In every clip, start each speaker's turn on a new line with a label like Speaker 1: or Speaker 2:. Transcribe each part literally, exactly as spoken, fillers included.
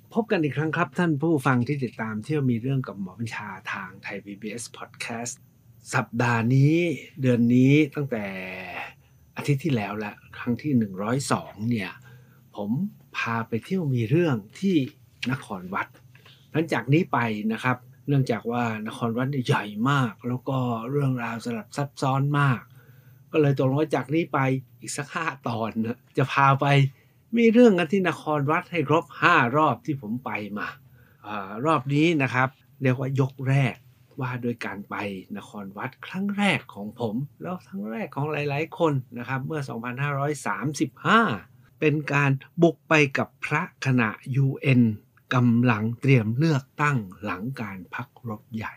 Speaker 1: พบกันอีกครั้งครับท่านผู้ฟังที่ติดตามเที่ยวมีเรื่องกับหมอบัญชาทางไทย พี บี เอส Podcast สัปดาห์นี้เดือนนี้ตั้งแต่อาทิตย์ที่แล้วและครั้งที่หนึ่งร้อยสองเนี่ยผมพาไปเที่ยวมีเรื่องที่นครวัดหลังจากนี้ไปนะครับเนื่องจากว่านครวัดใหญ่มากแล้วก็เรื่องราวสลับซับซ้อนมากก็เลยตกลงว่าจากนี้ไปอีกสักห้าตอนนะจะพาไปมีเรื่องกันที่นครวัดให้ครบห้ารอบที่ผมไปมาอารอบนี้นะครับเรียกว่ายกแรกว่าโดยการไปนครวัดครั้งแรกของผมแล้วครั้งแรกของหลายๆคนนะครับเมื่อสองพันห้าร้อยสามสิบห้าเป็นการบุกไปกับพระคณะ ยู เอ็น กำลังเตรียมเลือกตั้งหลังการพักรบใหญ่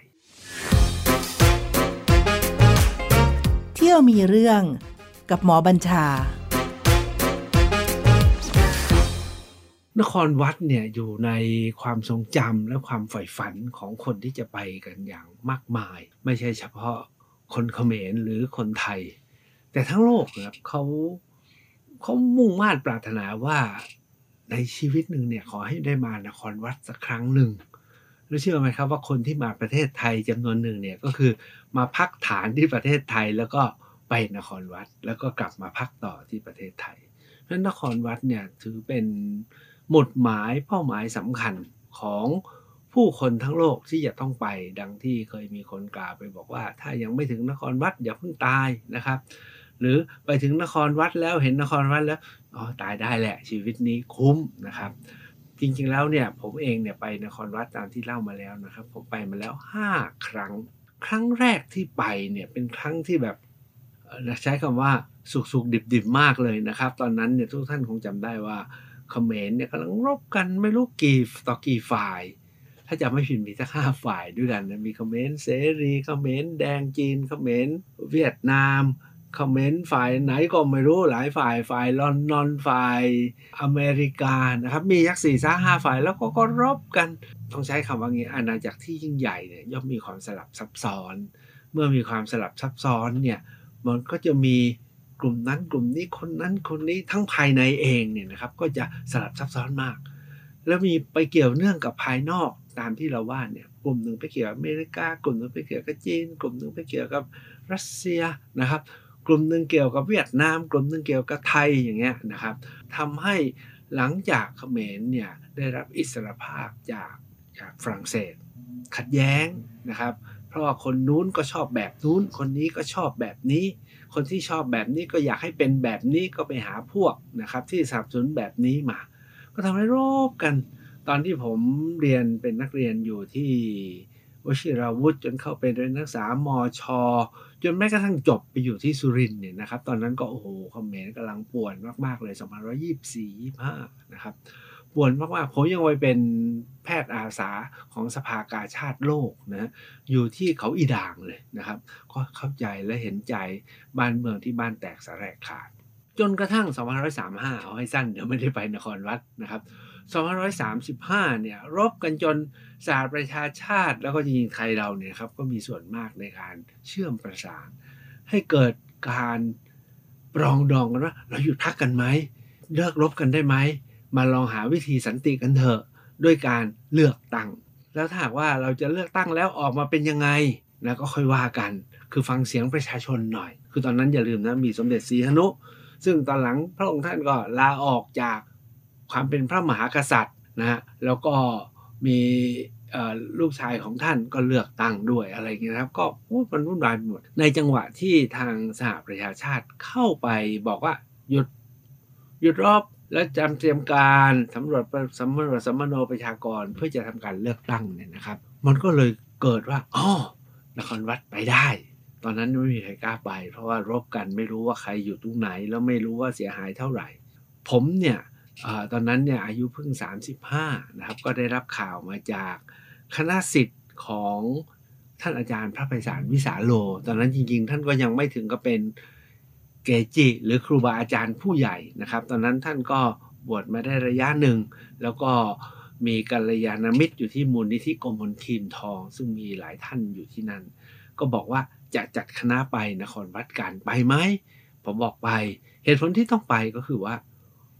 Speaker 2: เที่ยวมีเรื่องกับหมอบัญชาน
Speaker 1: ครวัดเนี่ยอยู่ในความทรงจำและความใฝ่ฝันของคนที่จะไปกันอย่างมากมายไม่ใช่เฉพาะคนเขมรหรือคนไทยแต่ทั้งโลกนะครับเขาเขามุ่งมา่ปรารถนาว่าในชีวิตหนึ่งเนี่ยขอให้ได้มานครวัดสักครั้งหนึ่งแล้วเชื่อไหมครับว่าคนที่มาประเทศไทยจำนวนหนึ่งเนี่ยก็คือมาพักฐานที่ประเทศไทยแล้วก็ไปนครวัดแล้วก็กลับมาพักต่อที่ประเทศไทยเพราะฉะนั้นนครวัดเนี่ยถือเป็นหมุดหมายเป้าหมายสำคัญของผู้คนทั้งโลกที่จะต้องไปดังที่เคยมีคนกล่าวไปบอกว่าถ้ายังไม่ถึงนครวัดอย่าเพิ่งตายนะครับหรือไปถึงนครวัดแล้วเห็นนครวัดแล้วอ๋อตายได้แหละชีวิตนี้คุ้มนะครับจริงๆแล้วเนี่ยผมเองเนี่ยไปนครวัดตามที่เล่ามาแล้วนะครับผมไปมาแล้วห้าครั้งครั้งแรกที่ไปเนี่ยเป็นครั้งที่แบบใช้คำว่าสุกๆดิบๆมากเลยนะครับตอนนั้นเนี่ยทุกท่านคงจำได้ว่าเขมรเนี่ยกำลังรบกันไม่รู้กี่ต่อกี่ฝ่ายถ้าจำไม่ผิดมีสักห้าฝ่ายด้วยกันนะมีเขมรเสรีเขมรแดงจีนเขมรเวียดนามเขมรฝ่ายไหนก็ไม่รู้หลายฝ่ายฝ่ายลอนดอนฝ่ายอเมริกานะครับมียักษ์สี่ซ่าห้าฝ่ายแล้วก็ก็รบกันต้องใช้คำว่างี้อาณาจักรที่ยิ่งใหญ่เนี่ยย่อมมีความสลับซับซ้อนเมื่อมีความสลับซับซ้อนเนี่ยมันก็จะมีกลุ่มนั้นกลุ่มนี้คนนั้นคนนี้ทั้งภายในเองเนี่ยนะครับก็จะสลับซับซ้อนมากแล้วมีไปเกี่ยวเนื่องกับภายนอกตามที่เราว่าเนี่ยกลุ่มหนึ่งไปเกี่ยวกับอเมริกากลุ่มหนึ่งไปเกี่ยวกับจีนกลุ่มหนึ่งไปเกี่ยวกับรัสเซียนะครับกลุ่มหนึ่งเกี่ยวกับเวียดนามกลุ่มหนึ่งเกี่ยวกับไทยอย่างเงี้ยนะครับทำให้หลังจากเขมรเนี่ยได้รับอิสรภาพจากจากฝรั่งเศสขัดแย้งนะครับเพราะว่าคนนู้นก็ชอบแบบนู้นคนนี้ก็ชอบแบบนี้คนที่ชอบแบบนี้ก็อยากให้เป็นแบบนี้ก็ไปหาพวกนะครับที่สนับสนุนแบบนี้มาก็ทำให้รบกันตอนที่ผมเรียนเป็นนักเรียนอยู่ที่วชิราวุธจนเข้าไปเรียนนักศึกษามช.จนแม้กระทั่งจบไปอยู่ที่สุรินทร์เนี่ยนะครับตอนนั้นก็โอ้โหเขมรกำลังป่วนมากๆเลยสองพันห้าร้อยยี่สิบสี่ ยี่สิบห้านะครับป่วนมากๆผมยังไปเป็นแพทย์อาสาของสภากาชาดโลกนะอยู่ที่เขาอีด่างเลยนะครับก็เข้าใจและเห็นใจบ้านเมืองที่บ้านแตกสาแหรกขาดจนกระทั่งสองพันห้าร้อยสามสิบห้าเอาให้สั้นเดี๋ยวไม่ได้ไปนครวัดนะครับสองพันห้าร้อยสามสิบห้าเนี่ยรบกันจนสหประชาชาติแล้วก็จริงๆไทยเราเนี่ยครับก็มีส่วนมากในการเชื่อมประสานให้เกิดการปรองดองกันว่าเราหยุดพักกันไหมเลิกรบกันได้ไหมมาลองหาวิธีสันติกันเถอะด้วยการเลือกตั้งแล้วถ้าหากว่าเราจะเลือกตั้งแล้วออกมาเป็นยังไงนะก็ค่อยว่ากันคือฟังเสียงประชาชนหน่อยคือตอนนั้นอย่าลืมนะมีสมเด็จศรีหนุซึ่งตอนหลังพระองค์ท่านก็ลาออกจากความเป็นพระมหากษัตริย์นะฮะแล้วก็มีลูกชายของท่านก็เลือกตั้งด้วยอะไรอย่างเงี้ยครับก็มันวุ่นวายหมดในจังหวะที่ทางสหประชาชาติเข้าไปบอกว่าหยุดหยุดรบและจำเตรียมการสำรวจสำรวจสัมมโนประชากรเพื่อจะทำการเลือกตั้งเนี่ยนะครับมันก็เลยเกิดว่าอ๋อนครวัดไปได้ตอนนั้นไม่มีใครกล้าไปเพราะว่ารบกันไม่รู้ว่าใครอยู่ตรงไหนแล้วไม่รู้ว่าเสียหายเท่าไหร่ผมเนี่ยตอนนั้นเนี่ยอายุเพิ่งสามสิบห้านะครับก็ได้รับข่าวมาจากคณะศิษย์ของท่านอาจารย์พระไพศาลวิสาโลตอนนั้นจริงๆท่านก็ยังไม่ถึงกับเป็นเกจิหรือครูบาอาจารย์ผู้ใหญ่นะครับตอนนั้นท่านก็บวชมาได้ระยะหนึ่งแล้วก็มีกัลยาณมิตรอยู่ที่มูลนิธิโกมลทีนทองซึ่งมีหลายท่านอยู่ที่นั่นก็บอกว่าจะจัดคณะไปนครวัดกันไปไหมผมบอกไปเหตุผลที่ต้องไปก็คือว่า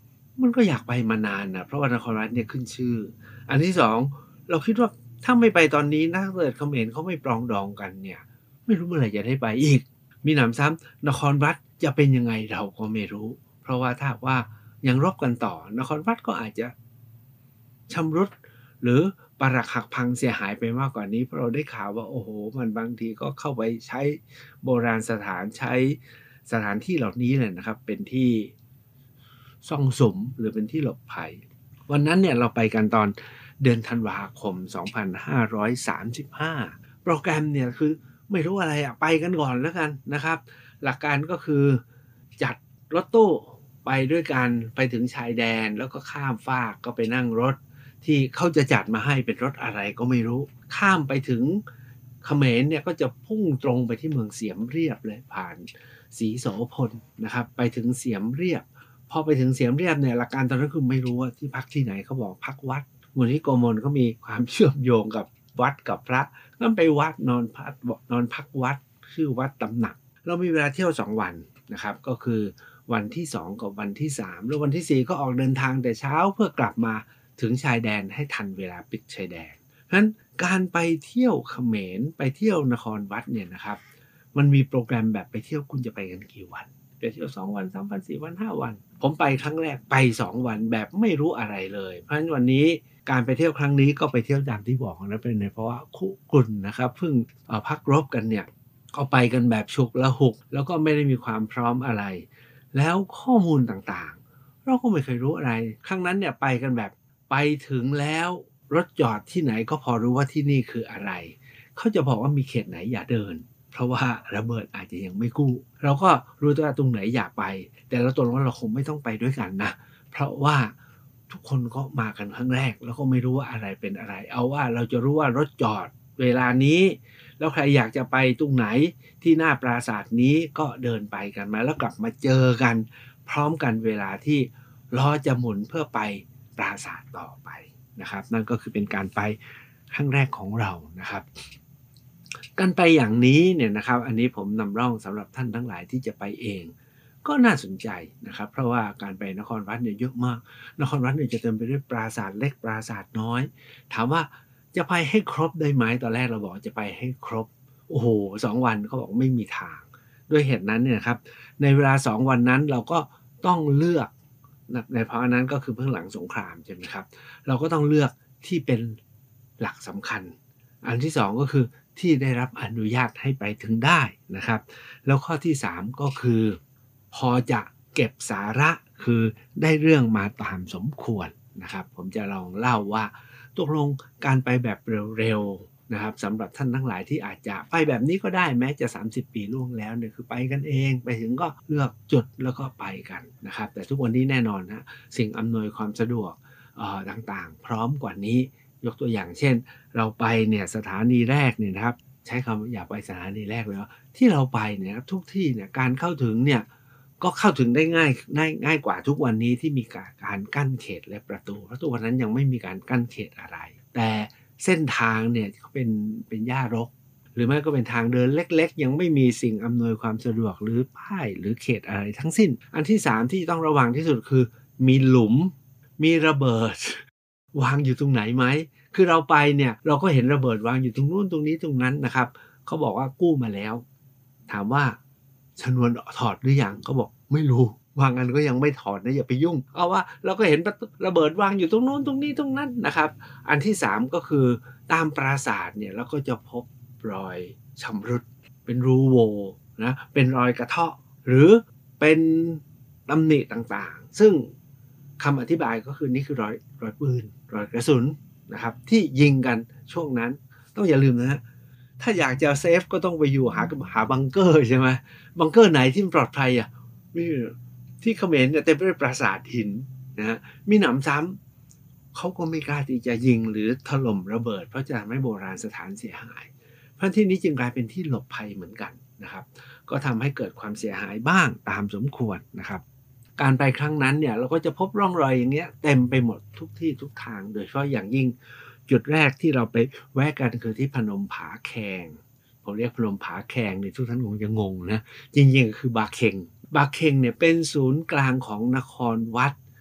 Speaker 1: มันก็อยากไปมานานนะเพราะว่านครวัดเนี่ยขึ้นชื่ออันที่สองเราคิดว่าถ้าไม่ไปตอนนี้นะถ้าเกิดเขมรเขาไม่ปรองดองกันเนี่ยไม่รู้เมื่อไหร่จะได้ไปอีกมีหนำซ้ำนครวัดจะเป็นยังไงเราก็ไม่รู้เพราะว่าถ้าว่ายังรบกันต่อนครวัดก็อาจจะชำรุดหรือปรักหักพังเสียหายไปมากกว่านี้เพราะเราได้ข่าวว่าโอ้โหมันบางทีก็เข้าไปใช้โบราณสถานใช้สถานที่เหล่านี้เลยนะครับเป็นที่ซ่องสุมหรือเป็นที่หลบภัยวันนั้นเนี่ยเราไปกันตอนเดือนธันวาคมสองพันห้าร้อยสามสิบห้าโปรแกรมเนี่ยคือไม่รู้อะไรอะไปกันก่อนแล้วกันนะครับหลักการก็คือจัดรถตู้ไปด้วยกันไปถึงชายแดนแล้วก็ข้ามฟากก็ไปนั่งรถที่เขาจะจัดมาให้เป็นรถอะไรก็ไม่รู้ข้ามไปถึงเขมรเนี่ยก็จะพุ่งตรงไปที่เมืองเสียมเรียบเลยผ่านศรีโสพลนะครับไปถึงเสียมเรียบพอไปถึงเสียมเรียบเนี่ยหลักการตอนนั้นคือไม่รู้ว่าที่พักที่ไหนเขาบอกพักวัดมูลนิธิโกมลเขามีความเชื่อมโยงกับวัดกับพระก็ไปวัดนอนพักนอนพักวัดชื่อวัดตำหนักเรามีเวลาเที่ยวสองวันนะครับก็คือวันที่สองกับวันที่สามแล้ววันที่สี่ก็ออกเดินทางแต่เช้าเพื่อกลับมาถึงชายแดนให้ทันเวลาปิดชายแดนเพราะฉะนั้นการไปเที่ยวเขมรไปเที่ยวนครวัดเนี่ยนะครับมันมีโปรแกรมแบบไปเที่ยวคุณจะไปกันกี่วันไปเที่ยวสองวันสามวันสี่วันห้าวันผมไปครั้งแรกไปสองวันแบบไม่รู้อะไรเลยเพราะฉะนั้นวันนี้การไปเที่ยวครั้งนี้ก็ไปเที่ยวตามที่บอกนะเป็นเพราะว่าคุกรุ่นนะครับเพิ่งพักรบกันเนี่ยก็ไปกันแบบฉุกละหุกแล้วก็ไม่ได้มีความพร้อมอะไรแล้วข้อมูลต่างๆเราก็ไม่เคยรู้อะไรครั้งนั้นเนี่ยไปกันแบบไปถึงแล้วรถจอดที่ไหนก็พอรู้ว่าที่นี่คืออะไรเขาจะบอกว่ามีเขตไหนอย่าเดินเพราะว่าระเบิดอาจจะยังไม่กู้เราก็รู้ว่าตรงไหนอย่าไปแต่เราตกลงว่าเราคงไม่ต้องไปด้วยกันนะเพราะว่าทุกคนก็มากันครั้งแรกแล้วก็ไม่รู้ว่าอะไรเป็นอะไรเอาว่าเราจะรู้ว่ารถจอดเวลานี้แล้วใครอยากจะไปตรงไหนที่หน้าปราสาทนี้ก็เดินไปกันมาแล้วกลับมาเจอกันพร้อมกันเวลาที่ล้อจะหมุนเพื่อไปปราสาทต่อไปนะครับนั่นก็คือเป็นการไปครั้งแรกของเรานะครับการไปอย่างนี้เนี่ยนะครับอันนี้ผมนำร่องสำหรับท่านทั้งหลายที่จะไปเองก็น่าสนใจนะครับเพราะว่าการไปนครวัดเนี่ยเยอะมากนครวัดเนี่ยจะเต็มไปด้วยปราสาทเล็กปราสาทน้อยถามว่าจะไปให้ครบได้ไหมตอนแรกเราบอกจะไปให้ครบโอ้โหสองวันเขาบอกไม่มีทางด้วยเหตุนั้นเนี่ยครับในเวลาสองวันนั้นเราก็ต้องเลือกในเพราะนั้นก็คือเพิ่งหลังสงครามใช่ไหมครับเราก็ต้องเลือกที่เป็นหลักสำคัญอันที่สองก็คือที่ได้รับอนุญาตให้ไปถึงได้นะครับแล้วข้อที่สามก็คือพอจะเก็บสาระคือได้เรื่องมาตามสมควรนะครับผมจะลองเล่าว่าตกลงการไปแบบเร็วๆนะครับสำหรับท่านทั้งหลายที่อาจจะไปแบบนี้ก็ได้แม้จะสามสิบปีล่วงแล้วเนี่ยคือไปกันเองไปถึงก็เลือกจุดแล้วก็ไปกันนะครับแต่ทุกวันนี้แน่นอนนะสิ่งอำนวยความสะดวกต่างๆพร้อมกว่านี้ยกตัวอย่างเช่นเราไปเนี่ยสถานีแรกเนี่ยนะครับใช้คำอย่าไปสถานีแรกเลยว่าที่เราไปเนี่ยทุกที่เนี่ยการเข้าถึงเนี่ยก็เข้าถึงได้ง่ายง่ายง่ายกว่าทุกวันนี้ที่มีการกั้นเขตและประตูเพราะทุกวันนั้นยังไม่มีการกั้นเขตอะไรแต่เส้นทางเนี่ยเป็นเป็นหญ้ารกหรือไม่ก็เป็นทางเดินเล็กๆยังไม่มีสิ่งอำนวยความสะดวกหรือป้ายหรือเขตอะไรทั้งสิ้นอันที่สามที่ต้องระวังที่สุดคือมีหลุมมีระเบิดวางอยู่ตรงไหนไหมคือเราไปเนี่ยเราก็เห็นระเบิดวางอยู่ตรงนู้นตรงนี้ตรงนั้นนะครับเขาบอกว่ากู้มาแล้วถามว่าชนวนถอดหรือยังเขาบอกไม่รู้วางกันก็ยังไม่ถอดนะอย่าไปยุ่งเอาว่าเราก็เห็นระเบิดวางอยู่ตรงนู้นตรงนี้ตรงนั้นนะครับอันที่สามก็คือตามปราสาทเนี่ยเราก็จะพบรอยชำรุดเป็นรูโหว่นะเป็นรอยกระเทาะหรือเป็นตำหนิต่างๆซึ่งคำอธิบายก็คือนี่คือรอยรอยปืนรอยกระสุนนะครับที่ยิงกันช่วงนั้นต้องอย่าลืมนะฮะถ้าอยากจะเซฟก็ต้องไปอยู่หาหาบังเกอร์ใช่ไหมบังเกอร์ไหนที่ปลอดภัยอ่ะนี่ที่เขมรเนี่ยเต็มไปด้วยปราสาทหินนะฮะมีหนำซ้ำเขาก็ไม่กล้าที่จะยิงหรือถล่มระเบิดเพราะจะทำให้โบราณสถานเสียหายเพราะที่นี้จึงกลายเป็นที่หลบภัยเหมือนกันนะครับก็ทำให้เกิดความเสียหายบ้างตามสมควรนะครับการไปครั้งนั้นเนี่ยเราก็จะพบร่องรอยอย่างเงี้ยเต็มไปหมดทุกที่ทุกทางโดยเฉพาะอย่างยิ่งจุดแรกที่เราไปแวะกันคือที่พนมผาแคงผมเรียกพนมผาแคงเนี่ยทุกท่านคงจะงงนะจริงๆก็คือบาเคงบาเคงเนี่ยเป็นศูนย์กลางของนครวัด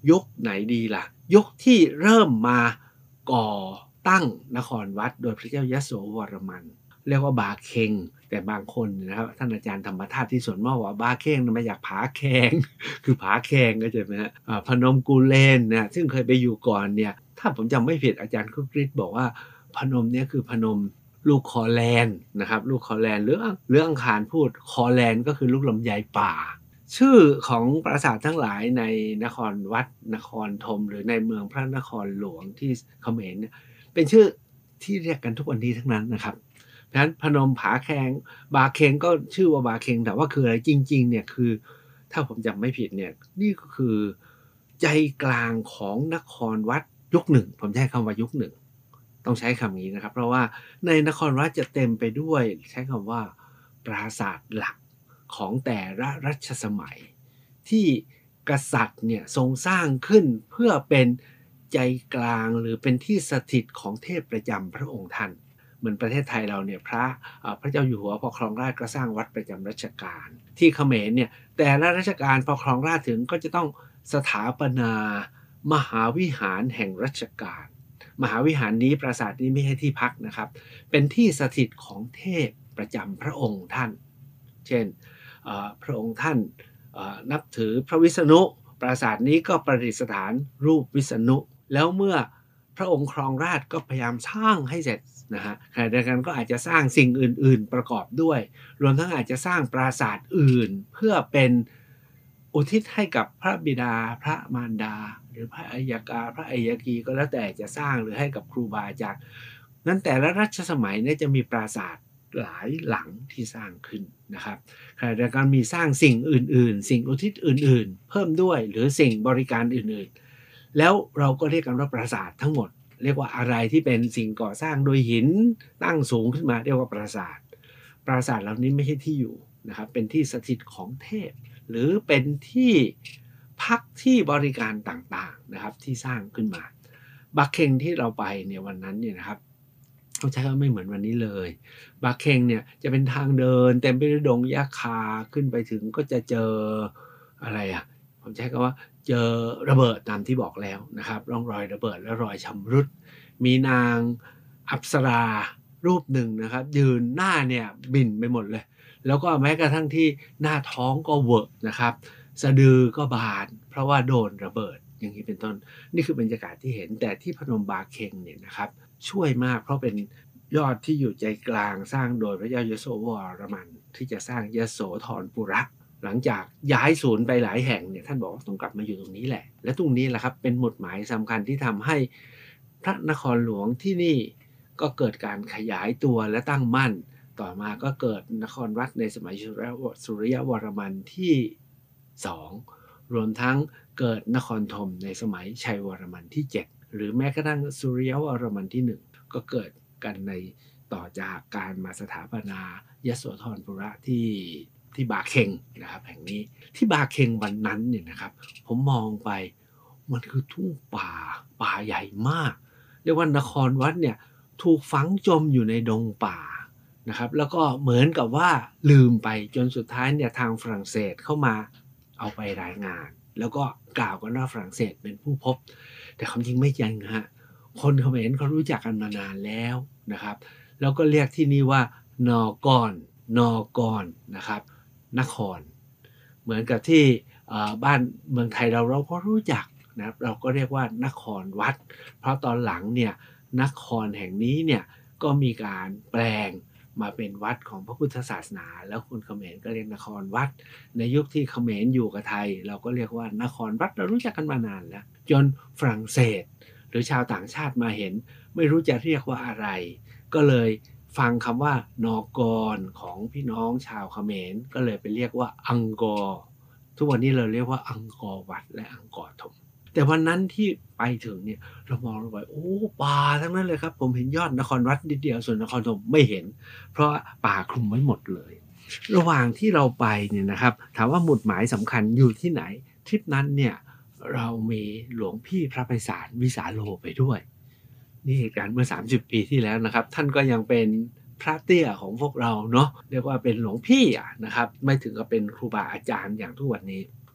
Speaker 1: ยุคไหนดีล่ะยุคที่เริ่มมาก่อตั้งนครวัดโดยพระเจ้ายโสวรมันเรียกว่าบาเคงแต่บางคนนะครับท่านอาจารย์ธรรมธาตุที่สวนมอบว่าบาเคงมาจากผาแขง คือผาแขงก็ใช่ไหมฮะพนมกุเลนนะซึ่งเคยไปอยู่ก่อนเนี่ยถ้าผมจำไม่ผิดอาจารย์คุกฤทธิ์บอกว่าพนมเนี่ยคือพนมลูกคอแลนนะครับลูกคอแลนหรือเรื่องอังคารพูดคอแลนก็คือลูกลำไยป่าชื่อของปราสาททั้งหลายในนครวัดนครธมหรือในเมืองพระนครหลวงที่เขมรเนี่ยเป็นชื่อที่เรียกกันทุกวันนี้ทั้งนั้นนะครับเพราะฉะนั้นพนมผาแขงบาเคงก็ชื่อว่าบาเคงแต่ว่าคืออะไรจริงๆเนี่ยคือถ้าผมจำไม่ผิดเนี่ยนี่ก็คือใจกลางของนครวัดยุคหนึ่งผมใช้คำว่ายุคหนึ่งต้องใช้คำนี้นะครับเพราะว่าในนครวัดจะเต็มไปด้วยใช้คำว่าปราสาทหลักของแต่ละรัชสมัยที่กษัตริย์เนี่ยทรงสร้างขึ้นเพื่อเป็นใจกลางหรือเป็นที่สถิตของเทพประจำพระองค์ท่านเหมือนประเทศไทยเราเนี่ยพระพระเจ้าอยู่หัวพอครองราชย์ก็สร้างวัดประจำรัชกาลที่เขมรเนี่ยแต่ละรัชกาลพอครองราชย์ถึงก็จะต้องสถาปนามหาวิหารแห่งรัชกาลมหาวิหารนี้ปราสาทนี้ไม่ใช่ที่พักนะครับเป็นที่สถิตของเทพประจำพระองค์ท่านเช่นพระองค์ท่านนับถือพระวิษณุปราสาทนี้ก็ประดิษฐานรูปวิษณุแล้วเมื่อพระองค์ครองราชย์ก็พยายามสร้างให้เสร็จนะฮะขณะเดียวกันก็อาจจะสร้างสิ่งอื่นๆประกอบด้วยรวมทั้งอาจจะสร้างปราสาทอื่นเพื่อเป็นอุทิศให้กับพระบิดาพระมารดาหรือพระอัยกาพระอัยกีก็แล้วแต่จะสร้างหรือให้กับครูบาอาจารย์นั้นแต่ละรัชสมัยเนี่ยจะมีปราสาทหลายหลังที่สร้างขึ้นนะครับขณะเดียวกันมีสร้างสิ่งอื่นๆสิ่งอุทิศอื่นๆเพิ่มด้วยหรือสิ่งบริการอื่นๆแล้วเราก็เรียกกันว่าปราสาททั้งหมดเรียกว่าอะไรที่เป็นสิ่งก่อสร้างโดยหินตั้งสูงขึ้นมาเรียกว่าปราสาทปราสาทเหล่านี้ไม่ใช่ที่อยู่นะครับเป็นที่สถิตของเทพหรือเป็นที่พักที่บริการต่างๆนะครับที่สร้างขึ้นมาบาเคงที่เราไปเนี่ยวันนั้นเนี่ยนะครับต้องใช้ว่าไม่เหมือนวันนี้เลยบาเคงเนี่ยจะเป็นทางเดินเต็มไปด้วยดงหญ้าคาขึ้นไปถึงก็จะเจออะไรอ่ะผมใช้คำว่าเจอระเบิดตามที่บอกแล้วนะครับร่องรอยระเบิดและรอยชำรุดมีนางอัปสรารูปหนึ่งนะครับยืนหน้าเนี่ยบินไปหมดเลยแล้วก็แม้กระทั่งที่หน้าท้องก็เวอะนะครับสะดือก็บาดเพราะว่าโดนระเบิดอย่างนี้เป็นต้นนี่คือบรรยากาศที่เห็นแต่ที่พนมบาเคงเนี่ยนะครับช่วยมากเพราะเป็นยอดที่อยู่ใจกลางสร้างโดยพระเจ้ายโสวรมันที่จะสร้างยโสธรปุระหลังจากย้ายศูนย์ไปหลายแห่งเนี่ยท่านบอกว่าต้องกลับมาอยู่ตรงนี้แหละและตรงนี้แหละครับเป็นหมุดหมายสำคัญที่ทำให้พระนครหลวงที่นี่ก็เกิดการขยายตัวและตั้งมั่นต่อมาก็เกิดนครวัดในสมัยสุริยวรมันที่สองรวมทั้งเกิดนครธมในสมัยชัยวรมันที่เจ็ดหรือแม้กระทั่งสุริยวรมันที่หนึ่งก็เกิดกันในต่อจากการมาสถาปนายโสธรปุระที่ที่บาเคงนะครับแห่งนี้ที่บาเคงวันนั้นเนี่ยนะครับผมมองไปมันคือทุ่งป่าป่าใหญ่มากเรียกว่านครวัดเนี่ยถูกฝังจมอยู่ในดงป่านะครับแล้วก็เหมือนกับว่าลืมไปจนสุดท้ายเนี่ยทางฝรั่งเศสเข้ามาเอาไปรายงานแล้วก็กล่าวกันว่าฝรั่งเศสเป็นผู้พบแต่ความจริงไม่จริงฮะคนเขมรเขารู้จักกันมานานแล้วนะครับแล้วก็เรียกที่นี่ว่านอกอนนอกอนนะครับนครเหมือนกับที่บ้านเมืองไทยเราเราก็รู้จักนะครับเราก็เรียกว่านครวัดเพราะตอนหลังเนี่ยนครแห่งนี้เนี่ยก็มีการแปลงมาเป็นวัดของพระพุทธศาสนาแล้วคนเขมรก็เรียกนครวัดในยุคที่เขมรอยู่กับไทยเราก็เรียกว่านครวัดเรารู้จักกันมานานแล้วจนฝรั่งเศสหรือชาวต่างชาติมาเห็นไม่รู้จะเรียกว่าอะไรก็เลยฟังคำว่านอกรของพี่น้องชาวเขมรก็เลยไปเรียกว่าอังกอร์ทุกวันนี้เราเรียกว่าอังกอร์วัดและอังกอร์ธมแต่วันนั้นที่ไปถึงเนี่ยเรามองลงไปโอ้ป่าทั้งนั้นเลยครับผมเห็นยอดนครวัดนิดเดียวส่วนนครธมไม่เห็นเพราะป่าคลุมไว้หมดเลยระหว่างที่เราไปเนี่ยนะครับถามว่าหมุดหมายสำคัญอยู่ที่ไหนทริปนั้นเนี่ยเรามีหลวงพี่พระไพศาลวิสาโลไปด้วยนี่เหตุการณ์เมื่อสามสิบปีที่แล้วนะครับท่านก็ยังเป็นพระเตี้ยของพวกเราเนาะเรียกว่าเป็นหลวงพี่อ่ะนะครับไม่ถึงกับเป็นครูบาอาจารย์อย่างทุกวันนี้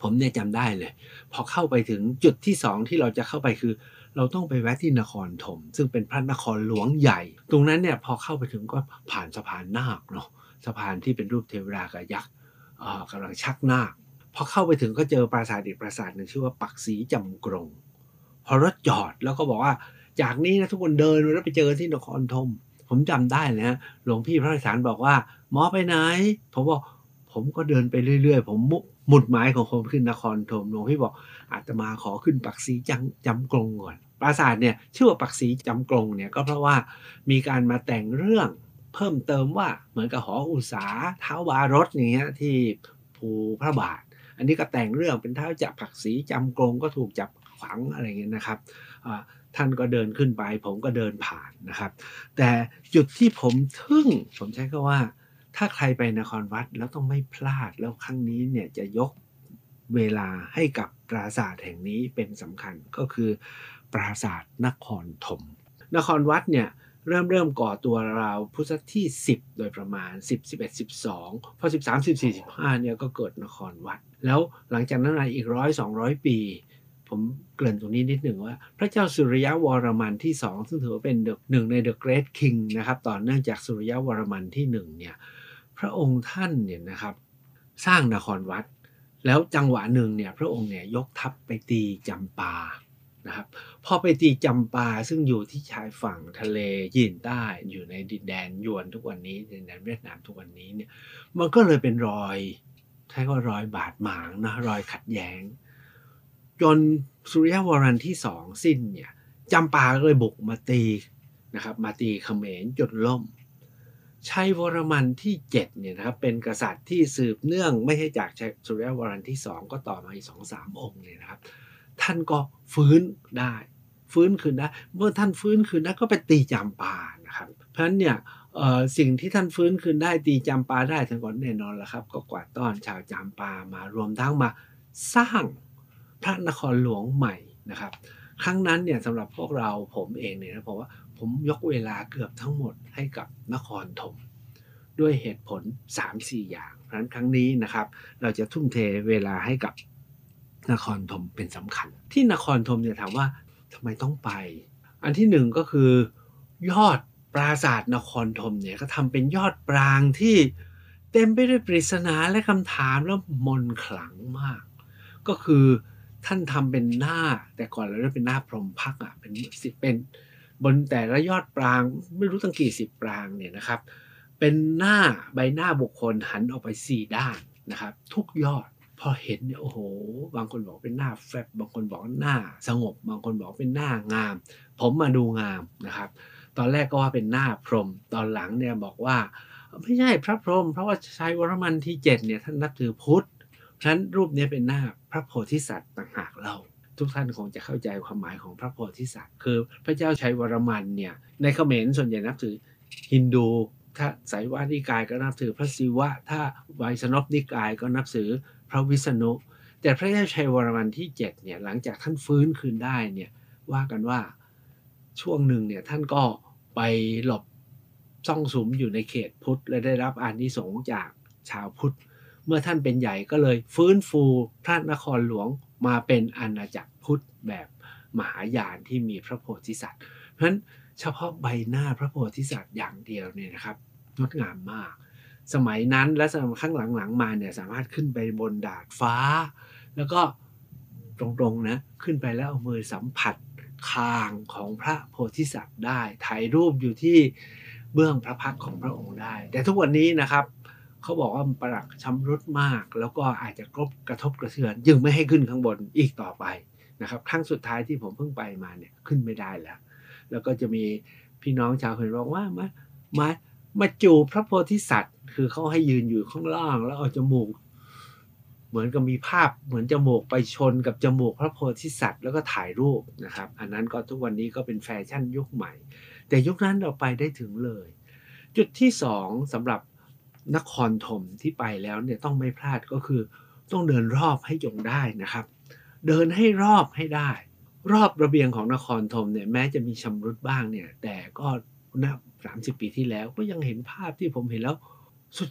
Speaker 1: ผมเนี่ยจำได้เลยพอเข้าไปถึงจุดที่สองที่เราจะเข้าไปคือเราต้องไปแวะที่นครธมซึ่งเป็นพระนครหลวงใหญ่ตรงนั้นเนี่ยพอเข้าไปถึงก็ผ่านสะพานนาคเนาะสะพานที่เป็นรูปเทวดากับยักษ์กำลังชักนาคพอเข้าไปถึงก็เจอปราสาทอีกปราสาทหนึ่งชื่อว่าปักศรีจำกรงพอรถจอดแล้วก็บอกว่าจากนี้นะทุกคนเดินแล้วไปเจอที่นครธมผมจำได้นะฮะหลวงพี่พระราชฐานบอกว่าหมอไปไหนผมบอกผมก็เดินไปเรื่อยๆผมหมุดหมายของผมขึ้นนครธมหลวงพี่บอกอาตมาขอขึ้นปักศรีจำกรงก่อนปราสาทเนี่ยชื่อว่าปักศรีจำกรงเนี่ยก็เพราะว่ามีการมาแต่งเรื่องเพิ่มเติมว่าเหมือนกับหออุษาท้าววารถอย่างเงี้ยที่ภูพระบาทอันนี้ก็แต่งเรื่องเป็นท้าวจักรปักศรีจำกรงก็ถูกจับขวางอะไรเงี้ยนะครับท่านก็เดินขึ้นไปผมก็เดินผ่านนะครับแต่จุดที่ผมทึ่งผมใช้คำว่าถ้าใครไปนครวัดแล้วต้องไม่พลาดแล้วครั้งนี้เนี่ยจะยกเวลาให้กับปราสาทแห่งนี้เป็นสำคัญก็คือปราสาทนครธมนครวัดเนี่ยเริ่มเริ่มก่อตัวราวพุทธที่สิบโดยประมาณสิบ สิบเอ็ด สิบสองพอสิบสาม สิบสี่ สิบห้าเนี่ยก็เกิดนครวัดแล้วหลังจากนั้นอีกหนึ่งร้อย สองร้อยปีผมเกริ่นตรงนี้นิดหนึ่งว่าพระเจ้าสุริยวรมันที่สองซึ่งถือว่าเป็นหนึ่งใน The Great King นะครับต่อเนื่องจากสุริยวรมันที่หนึ่งเนี่ยพระองค์ท่านเนี่ยนะครับสร้างนครวัดแล้วจังหวะหนึ่งเนี่ยพระองค์เนี่ยยกทัพไปตีจำปานะครับพอไปตีจำปาซึ่งอยู่ที่ชายฝั่งทะเลจีนใต้อยู่ในดินแดนยวนทุกวันนี้ดินแดนเวียดนามทุกวันนี้เนี่ยมันก็เลยเป็นรอยใช้ว่ารอยบาดหมางนะรอยขัดแย้งจนสุริยวรมันที่สองสิ้นเนี่ยจำปาก็เลยบุกมาตีนะครับมาตีเขมรจนล่มชัยวรมันที่เจ็ดเนี่ยนะครับเป็นกษัตริย์ที่สืบเนื่องไม่ใช่จากสุริยวรมันที่สองก็ต่อมาอีก สองสาม องค์เนี่ยนะครับท่านก็ฟื้นได้ฟื้นคืนได้เมื่อท่านฟื้นคืนได้ก็ไปตีจำปานะครับเพราะฉะนั้นเนี่ยสิ่งที่ท่านฟื้นคืนได้ตีจำปาได้ท่านก็แน่นอนละครับก็กวาดต้อนชาวจำปามารวมทั้งมาสร้างพระนครหลวงใหม่นะครับครั้งนั้นเนี่ยสำหรับพวกเราผมเองเนี่ยนะผมว่าผมยกเวลาเกือบทั้งหมดให้กับนครธมด้วยเหตุผล สามสี่ อย่างเพราะฉะนั้นครั้งนี้นะครับเราจะทุ่มเทเวลาให้กับนครธมเป็นสำคัญที่นครธมเนี่ยถามว่าทำไมต้องไปอันที่หนึ่งก็คือยอดปราสาทนครธมเนี่ยก็ทำเป็นยอดปรางที่เต็มไปด้วยปริศนาและคำถามแล้วมนต์ขลังมากก็คือท่านทำเป็นหน้าแต่ก่อนเราเรียกเป็นหน้าพรหมพักอ่ะเป็นสิเป็นบนแต่ละยอดปรางไม่รู้ตั้งกี่สิบปรางเนี่ยนะครับเป็นหน้าใบหน้าบุคคลหันออกไปสี่ด้านนะครับทุกยอดพอเห็นเนี่ยโอ้โหบางคนบอกเป็นหน้าแฟบบางคนบอกหน้าสงบบางคนบอกเป็นหน้างามผมมาดูงามนะครับตอนแรกก็ว่าเป็นหน้าพรหมตอนหลังเนี่ยบอกว่าไม่ใช่พระพรหมเพราะว่าชัยวรมันที่เจ็ดเนี่ยท่านนับถือพุทธฉะนั้นรูปนี้เป็นหน้าพระโพธิสัตว์ต่างหากเราทุกท่านคงจะเข้าใจความหมายของพระโพธิสัตว์คือพระเจ้าชัยวรมันเนี่ยในเขมรส่วนใหญ่นับถือฮินดูถ้าไสยวนิกายก็นับถือพระศิวะถ้าไวยสนพนิกายก็นับถือพระวิษณุแต่พระเจ้าชัยวรมันที่เจ็ดเนี่ยหลังจากท่านฟื้นคืนได้เนี่ยว่ากันว่าช่วงหนึ่งเนี่ยท่านก็ไปหลบซ่องสุมอยู่ในเขตพุทธและได้รับอานิสงส์จากชาวพุทธเมื่อท่านเป็นใหญ่ก็เลยฟื้นฟูพระนครหลวงมาเป็นอาณาจักรพุทธแบบมหายานที่มีพระโพธิสัตว์เพราะฉะนั้นเฉพาะใบหน้าพระโพธิสัตว์อย่างเดียวเนี่ยนะครับงดงามมากสมัยนั้นและสมัยข้างหลังๆมาเนี่ยสามารถขึ้นไปบนดาดฟ้าแล้วก็ตรงๆนะขึ้นไปแล้วเอามือสัมผัสคางของพระโพธิสัตว์ได้ถ่ายรูปอยู่ที่เบื้องพระพักตร์ของพระองค์ได้แต่ทุกวันนี้นะครับเขาบอกว่าปรักชำรุดมากแล้วก็อาจจะกระทบกระเทือนจึงไม่ให้ขึ้นข้างบนอีกต่อไปนะครับครั้งสุดท้ายที่ผมเพิ่งไปมาเนี่ยขึ้นไม่ได้แล้วแล้วก็จะมีพี่น้องชาวเขมรบอกว่ามามามาจูบพระโพธิสัตว์คือเขาให้ยืนอยู่ข้างล่างแล้วเอาจมูกเหมือนกับมีภาพเหมือนจมูกไปชนกับจมูกพระโพธิสัตว์แล้วก็ถ่ายรูปนะครับอันนั้นก็ทุกวันนี้ก็เป็นแฟชั่นยุคใหม่แต่ยุคนั้นเราไปได้ถึงเลยจุดที่สองสำหรับนครธมที่ไปแล้วเนี่ยต้องไม่พลาดก็คือต้องเดินรอบให้จงได้นะครับเดินให้รอบให้ได้รอบระเบียงของนครธมเนี่ยแม้จะมีชำรุดบ้างเนี่ยแต่ก็นับสามสิบปีที่แล้วก็ยังเห็นภาพที่ผมเห็นแล้วสุดยอด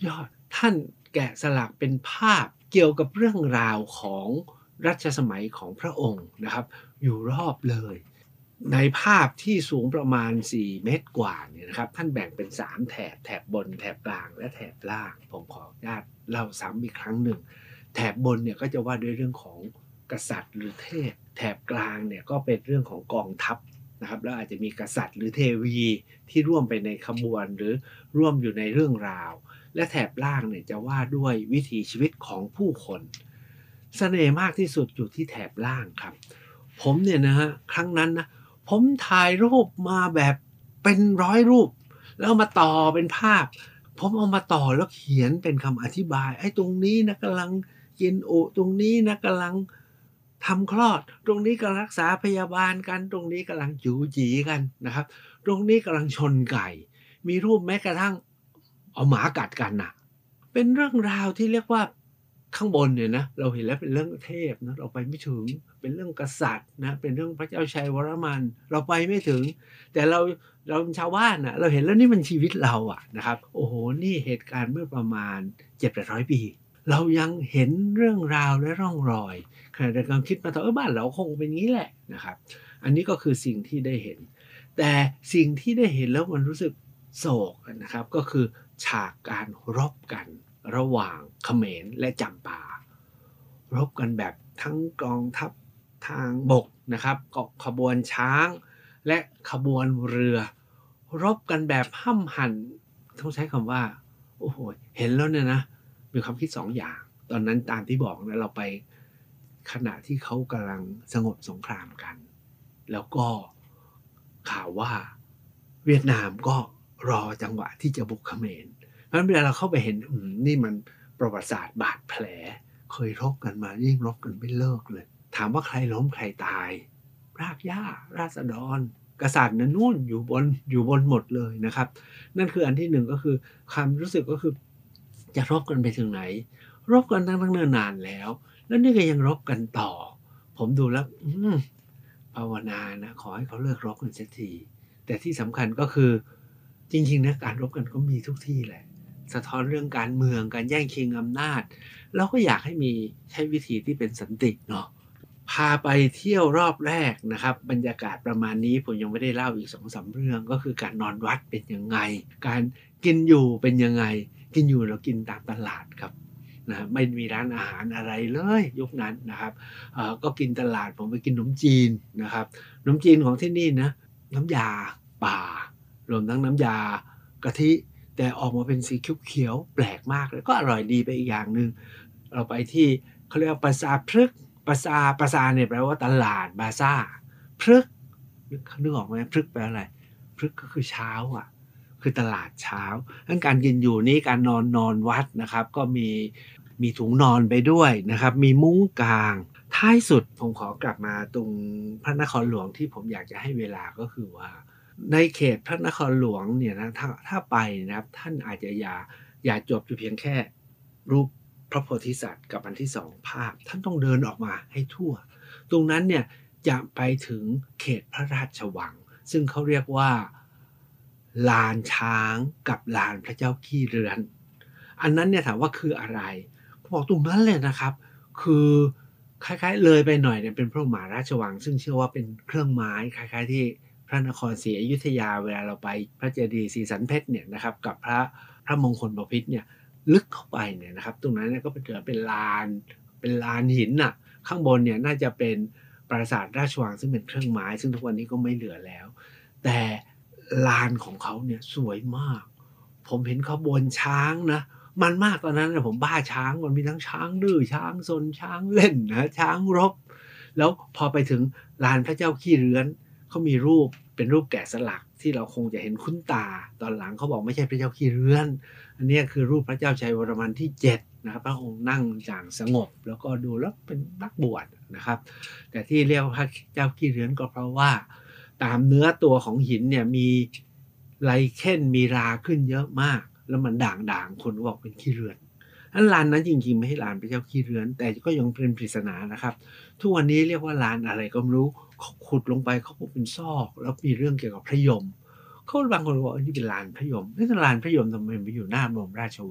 Speaker 1: ท่านแกะสลักเป็นภาพเกี่ยวกับเรื่องราวของรัชสมัยของพระองค์นะครับอยู่รอบเลยในภาพที่สูงประมาณสี่เมตรกว่าเนี่ยนะครับท่านแบ่งเป็นสามแถบแถบบนแถบกลางและแถบล่างผมขออนุญาตเล่าซ้ำอีกครั้งหนึ่งแถบบนเนี่ยก็จะว่าด้วยเรื่องของกษัตริย์หรือเทพแถบกลางเนี่ยก็เป็นเรื่องของกองทัพนะครับแล้วอาจจะมีกษัตริย์หรือเทวีที่ร่วมไปในขบวนหรือร่วมอยู่ในเรื่องราวและแถบล่างเนี่ยจะว่าด้วยวิถีชีวิตของผู้คนเสน่ห์มากที่สุดอยู่ที่แถบล่างครับผมเนี่ยนะฮะครั้งนั้นนะผมถ่ายรูปมาแบบเป็นร้อยรูปแล้วมาต่อเป็นภาพผมเอามาต่อแล้วเขียนเป็นคำอธิบายไอ้ตรงนี้นะกำลังกินอุตรงนี้นะกำลังทำคลอดตรงนี้กำลังรักษาพยาบาลกันตรงนี้กำลังจู๋จีกันนะครับตรงนี้กำลังชนไก่มีรูปแม้กระทั่งเอาหมากัดกันน่ะเป็นเรื่องราวที่เรียกว่าข้างบนเนี่ยนะเราเห็นแล้วเป็นเรื่องเทพนะเราไปไม่ถึงเป็นเรื่องกษัตริย์นะเป็นเรื่องพระเจ้าชัยวรมันเราไปไม่ถึงแต่เราเราเป็นชาวบ้านน่ะเราเห็นแล้วนี่มันชีวิตเราอะนะครับโอ้โหนี่เหตุการณ์เมื่อประมาณ เจ็ดถึงแปดร้อย ปีเรายังเห็นเรื่องราวและร่องรอยขณะเดียวกันคิดมาต่อเออบ้านเราคงเป็นงี้แหละนะครับอันนี้ก็คือสิ่งที่ได้เห็นแต่สิ่งที่ได้เห็นแล้วมันรู้สึกโศกนะครับก็คือฉากการรบกันระหว่างเขมรและจำปารบกันแบบทั้งกองทัพทางบกนะครับก็ขบวนช้างและขบวนเรือรบกันแบบห้ำหั่นต้องใช้คำว่าโอ้โหเห็นแล้วเนี่ยนะมีความคิดสองอย่างตอนนั้นตามที่บอกนะเราไปขณะที่เขากำลังสงบสงครามกันแล้วก็ข่าวว่าเวียดนามก็รอจังหวะที่จะบุกเขมรเพราะฉะนั้นเวลาเราเข้าไปเห็นนี่มันประวัติศาสตร์บาดแผลเคยรบกันมายิ่งรบกันไม่เลิกเลยถามว่าใครล้มใครตายรากหญ้าราษฎรกษัตริย์นั่นนู่นอยู่บนอยู่บนหมดเลยนะครับนั่นคืออันที่หนึ่งก็คือความรู้สึกก็คือจะรบกันไปถึงไหนรบกันตั้งตั้งเนิ่นนานแล้วแล้วนี่ก็ยังรบกันต่อผมดูแล้วภาวนานะขอให้เขาเลิกรบกันสักทีแต่ที่สำคัญก็คือจริงๆนะการรบกันก็มีทุกที่แหละสะท้อนเรื่องการเมืองการแย่งชิงอำนาจเราก็อยากให้มีใช้วิธีที่เป็นสันติเนาะพาไปเที่ยวรอบแรกนะครับบรรยากาศประมาณนี้ผมยังไม่ได้เล่าอีก สองสาม เรื่องก็คือการนอนวัดเป็นยังไงการกินอยู่เป็นยังไงกินอยู่เรากินตามตลาดครับนะไม่มีร้านอาหารอะไรเลยยุคนั้นนะครับเอ่อก็กินตลาดผมไปกินขนมจีนนะครับขนมจีนของที่นี่นะน้ำยาป่ารวมทั้งน้ำยากะทิแต่ออกมาเป็นสีเขียวๆแปลกมากเลยก็อร่อยดีไปอีกอย่างนึงเราไปที่เขาเรียกว่าปราสาทพฤกษ์ปราสาทปราสาทเนี่ยแปลว่าตลาดบาซ่าพฤกษ์นึกออกไหมพฤกษ์แปลอะไรพฤกษ์ก็คือเช้าอ่ะคือตลาดเช้าทั้งการกินอยู่นี้การนอนนอนวัดนะครับก็มีมีถุงนอนไปด้วยนะครับมีมุ้งกางท้ายสุดผมขอกลับมาตรงพระนครหลวงที่ผมอยากจะให้เวลาก็คือว่าในเขตพระนครหลวงเนี่ยนะถ้าถ้าไปนะครับท่านอาจจะอย่าอย่าจบอยู่เพียงแค่รูปพระโพธิสัตว์กับอันที่สองภาพท่านต้องเดินออกมาให้ทั่วตรงนั้นเนี่ยจะไปถึงเขตพระราชวังซึ่งเขาเรียกว่าลานช้างกับลานพระเจ้าขี้เรือนอันนั้นเนี่ยถามว่าคืออะไรบอกตรงนั้นเลยนะครับคือคล้ายๆเลยไปหน่อยเนี่ยเป็นพระมหาราชวังซึ่งเชื่อว่าเป็นเครื่องไม้คล้ายๆที่พระนครศรีอยุธยาเวลาเราไปพระเจดีย์ศรีสันเพชรเนี่ยนะครับกับพระพระมงคลบพิตรเนี่ยลึกเข้าไปเนี่ยนะครับตรงนั้นเนี่ยก็เป็นเถือเป็นลานเป็นลานหินน่ะข้างบนเนี่ยน่าจะเป็นปราสาทราชวังซึ่งเป็นเครื่องไม้ซึ่งทุกวันนี้ก็ไม่เหลือแล้วแต่ลานของเขาเนี่ยสวยมากผมเห็นขบวนช้างนะมันมากตอนนั้นนะผมบ้าช้างมันมีทั้งช้างดื้อช้างซนช้างเล่นนะช้างรบแล้วพอไปถึงลานพระเจ้าขี้เรือนเขามีรูปเป็นรูปแกะสลักที่เราคงจะเห็นคุ้นตาตอนหลังเขาบอกไม่ใช่พระเจ้าขี้เรือนอันนี้คือรูปพระเจ้าชัยวรมันที่เจ็ดนะครับพระองค์นั่งอย่างสงบแล้วก็ดูแล้วเป็นนักบวชนะครับแต่ที่เรียกว่าพระเจ้าขี้เรือนก็เพราะว่าตามเนื้อตัวของหินเนี่ยมีไรเค่นมีราขึ้นเยอะมากแล้วมันด่างๆคนบอกเป็นขี้เรือนนั้นลานนั้นจริงๆไม่ใช่ลานพระเจ้าขี้เรือนแต่ก็ยังเป็นปริศนานะครับทุกวันนี้เรียกว่าลานอะไรก็ไม่รู้เขาขุดลงไปเขาบอกเป็นซอกแล้วมีเรื่องเกี่ยวกับพระยมเขาบางคนบอกว่านี่เป็นลานพระยมนี่ลานพระยมทำไมไปอยู่หน้าบรมราชวัง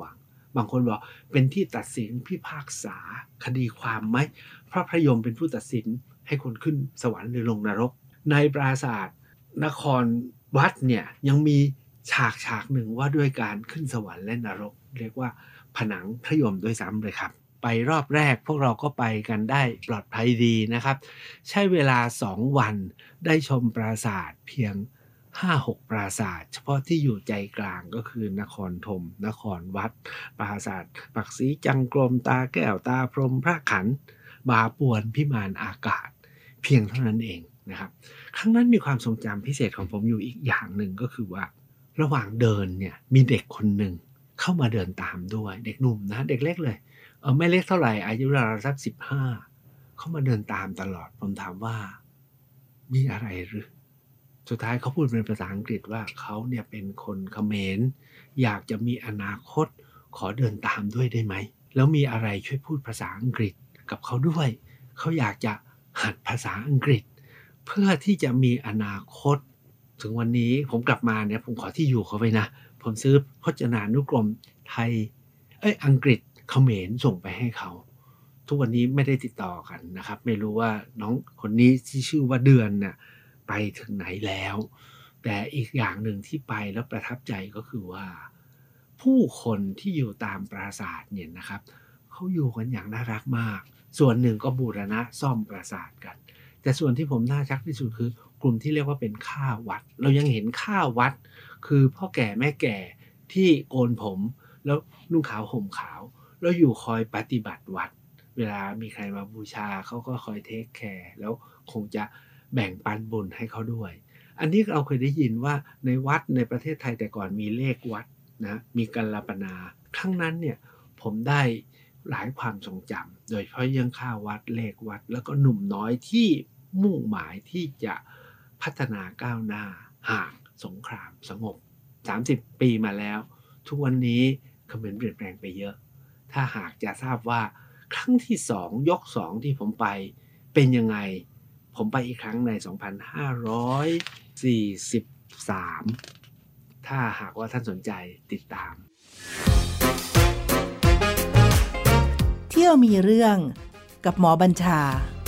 Speaker 1: บางคนบอกเป็นที่ตัดสินพิพากษาคดีความไหมเพราะพระยมเป็นผู้ตัดสินให้คนขึ้นสวรรค์หรือลงนรกในปราสาทนครวัดเนี่ยยังมีฉากฉากหนึ่งว่าด้วยการขึ้นสวรรค์และนรกเรียกว่าผนังพระยมด้วยซ้ำเลยครับไปรอบแรกพวกเราก็ไปกันได้ปลอดภัยดีนะครับใช้เวลาสองวันได้ชมปราสาทเพียง ห้าหก ปราสาทเฉพาะที่อยู่ใจกลางก็คือนครธมนครวัดปราสาทปักศรีจังกรมตาแก้วตาพรหมพระขันธ์บาปวนพิมานอากาศเพียงเท่านั้นเองนะครับครั้งนั้นมีความทรงจำพิเศษของผมอยู่อีกอย่างหนึ่งก็คือว่าระหว่างเดินเนี่ยมีเด็กคนหนึ่งเข้ามาเดินตามด้วยเด็กหนุ่มนะเด็กเล็กเลยเออไม่เล็กเท่าไหร่อายุราวๆสักสิบห้าเข้ามาเดินตามตลอดผมถามว่ามีอะไรหรือสุดท้ายเขาพูดเป็นภาษาอังกฤษว่าเขาเนี่ยเป็นคนเขมรอยากจะมีอนาคตขอเดินตามด้วยได้ไหมแล้วมีอะไรช่วยพูดภาษาอังกฤษกับเขาด้วยเขาอยากจะหัดภาษาอังกฤษเพื่อที่จะมีอนาคตถึงวันนี้ผมกลับมาเนี่ยผมขอที่อยู่เขาไปนะผมซื้อพจนานุกรมไทยเอ้ยอังกฤษเขมรส่งไปให้เขาทุกวันนี้ไม่ได้ติดต่อกันนะครับไม่รู้ว่าน้องคนนี้ที่ชื่อว่าเดือนเนี่ยไปถึงไหนแล้วแต่อีกอย่างหนึ่งที่ไปแล้วประทับใจก็คือว่าผู้คนที่อยู่ตามปราสาทเนี่ยนะครับเขาอยู่กันอย่างน่ารักมากส่วนหนึ่งก็บูรณะซ่อมปราสาทกันแต่ส่วนที่ผมน่าชักที่สุดคือกลุ่มที่เรียกว่าเป็นข้าวัดเรายังเห็นข้าวัดคือพ่อแก่แม่แก่ที่โกนผมแล้วนุ่งขาวห่มขาวแล้วอยู่คอยปฏิบัติวัดเวลามีใครมาบูชาเขาก็คอยเทคแคร์แล้วคงจะแบ่งปันบุญให้เขาด้วยอันนี้เราเคยได้ยินว่าในวัดในประเทศไทยแต่ก่อนมีเลขวัดนะมีกัลปนาครั้งนั้นเนี่ยผมได้หลายความทรงจำโดยเฉพาะเรื่องข้าวัดเลขวัดแล้วก็หนุ่มน้อยที่มุ่งหมายที่จะพัฒนาก้าวหน้าหากสงครามสงบสามสิบปีมาแล้วทุกวันนี้เขมรเปลี่ยนแปลงไปเยอะถ้าหากจะทราบว่าครั้งที่สองยกสองที่ผมไปเป็นยังไงผมไปอีกครั้งใน สองพันห้าร้อยสี่สิบสาม ถ้าหากว่าท่านสนใจติดตาม
Speaker 2: เที่ยวมีเรื่องกับหมอบัญชา